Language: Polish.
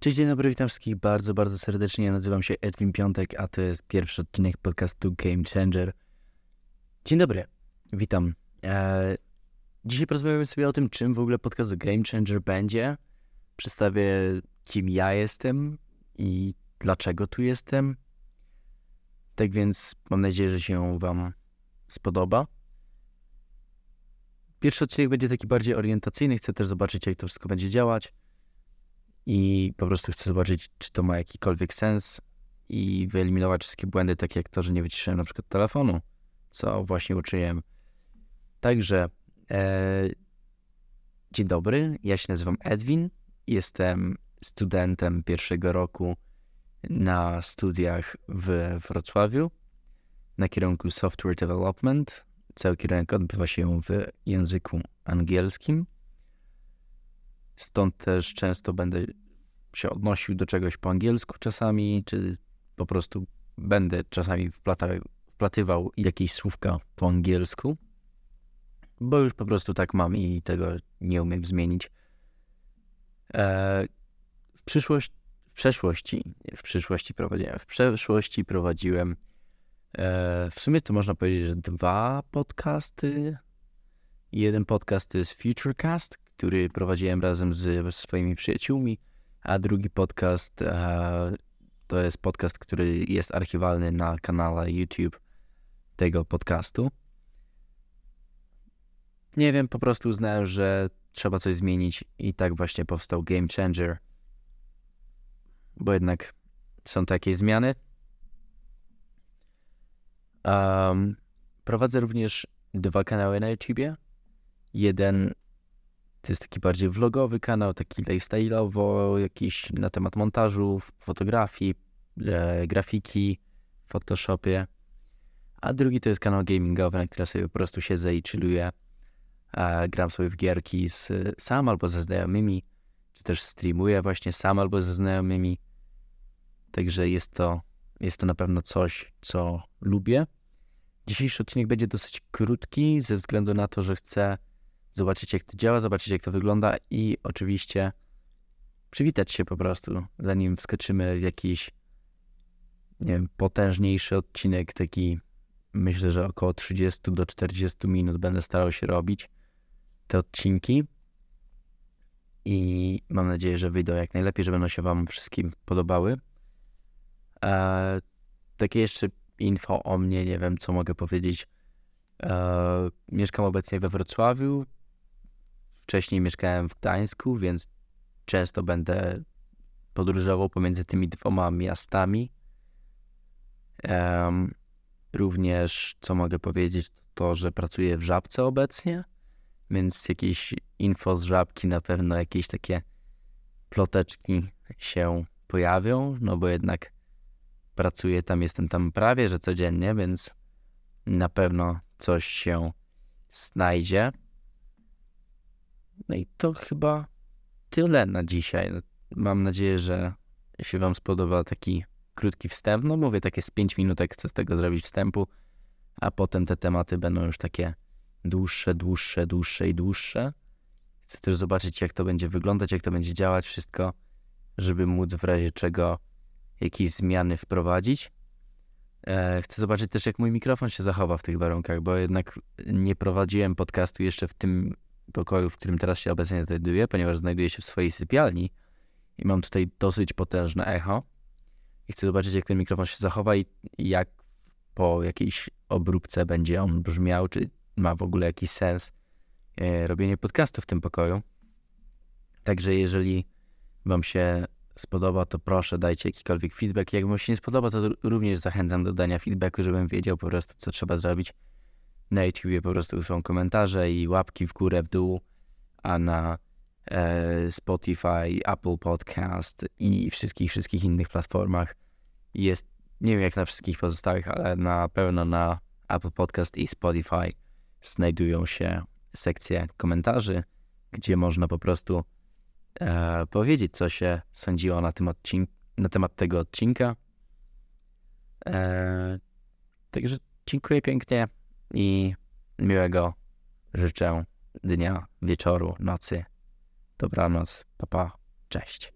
Cześć, dzień dobry, witam wszystkich bardzo, bardzo serdecznie. Ja nazywam się Edwin Piątek, a to jest pierwszy odcinek podcastu Game Changer. Dzień dobry, witam. Dzisiaj porozmawiamy sobie o tym, czym w ogóle podcast Game Changer będzie. Przedstawię, kim ja jestem i dlaczego tu jestem. Tak więc mam nadzieję, że się wam spodoba. Pierwszy odcinek będzie taki bardziej orientacyjny. Chcę też zobaczyć, jak to wszystko będzie działać. I po prostu chcę zobaczyć, czy to ma jakikolwiek sens i wyeliminować wszystkie błędy, takie jak to, że nie wyciszyłem na przykład telefonu, co właśnie uczyniłem. Także dzień dobry, ja się nazywam Edwin, jestem studentem pierwszego roku na studiach w Wrocławiu na kierunku Software Development. Cały kierunek odbywa się w języku angielskim. Stąd też często będę się odnosił do czegoś po angielsku czasami, czy po prostu będę czasami wplatywał jakieś słówka po angielsku, bo już po prostu tak mam i tego nie umiem zmienić. W przeszłości prowadziłem w sumie to można powiedzieć, że 2 podcasty. Jeden podcast to jest Futurecast, który prowadziłem razem ze swoimi przyjaciółmi, a drugi podcast to jest podcast, który jest archiwalny na kanale YouTube tego podcastu. Nie wiem, po prostu uznałem, że trzeba coś zmienić i tak właśnie powstał Game Changer, bo jednak są takie zmiany. Prowadzę również 2 kanały na YouTubie. Jeden to jest taki bardziej vlogowy kanał, taki lifestyle'owo, jakiś na temat montażu, fotografii, grafiki w Photoshopie. A drugi to jest kanał gamingowy, na którym sobie po prostu siedzę i chilluję. Gram sobie w gierki sam albo ze znajomymi, czy też streamuję właśnie sam albo ze znajomymi. Także jest to na pewno coś, co lubię. Dzisiejszy odcinek będzie dosyć krótki, ze względu na to, że chcę zobaczyć, jak to działa, zobaczyć, jak to wygląda i oczywiście przywitać się po prostu, zanim wskoczymy w jakiś, nie wiem, potężniejszy odcinek, taki myślę, że około 30 do 40 minut będę starał się robić te odcinki i mam nadzieję, że wyjdą jak najlepiej, że będą się wam wszystkim podobały. Takie jeszcze info o mnie, nie wiem, co mogę powiedzieć. Mieszkam obecnie we Wrocławiu. Wcześniej mieszkałem w Gdańsku, więc często będę podróżował pomiędzy tymi 2 miastami. Również, co mogę powiedzieć, to, że pracuję w Żabce obecnie, więc jakieś info z Żabki, na pewno jakieś takie ploteczki się pojawią, no bo jednak pracuję tam, jestem tam prawie, że codziennie, więc na pewno coś się znajdzie. No i to chyba tyle na dzisiaj. Mam nadzieję, że się wam spodoba taki krótki wstęp. No mówię, takie z 5 minutek chcę z tego zrobić wstępu, a potem te tematy będą już takie dłuższe i dłuższe. Chcę też zobaczyć, jak to będzie wyglądać, jak to będzie działać wszystko, żeby móc w razie czego jakieś zmiany wprowadzić. Chcę zobaczyć też, jak mój mikrofon się zachowa w tych warunkach, bo jednak nie prowadziłem podcastu jeszcze w tym pokoju, w którym teraz się obecnie znajduję, ponieważ znajduję się w swojej sypialni i mam tutaj dosyć potężne echo. I chcę zobaczyć, jak ten mikrofon się zachowa i jak po jakiejś obróbce będzie on brzmiał, czy ma w ogóle jakiś sens robienie podcastu w tym pokoju. Także jeżeli wam się spodoba, to proszę dajcie jakikolwiek feedback. Jak wam się nie spodoba, to również zachęcam do dania feedbacku, żebym wiedział po prostu, co trzeba zrobić. Na YouTubie po prostu są komentarze i łapki w górę, w dół, a na Spotify, Apple Podcast i wszystkich innych platformach jest, nie wiem jak na wszystkich pozostałych, ale na pewno na Apple Podcast i Spotify znajdują się sekcje komentarzy, gdzie można po prostu powiedzieć, co się sądziło na temat tego odcinka. Także dziękuję pięknie i miłego życzę dnia, wieczoru, nocy. Dobranoc, pa, cześć.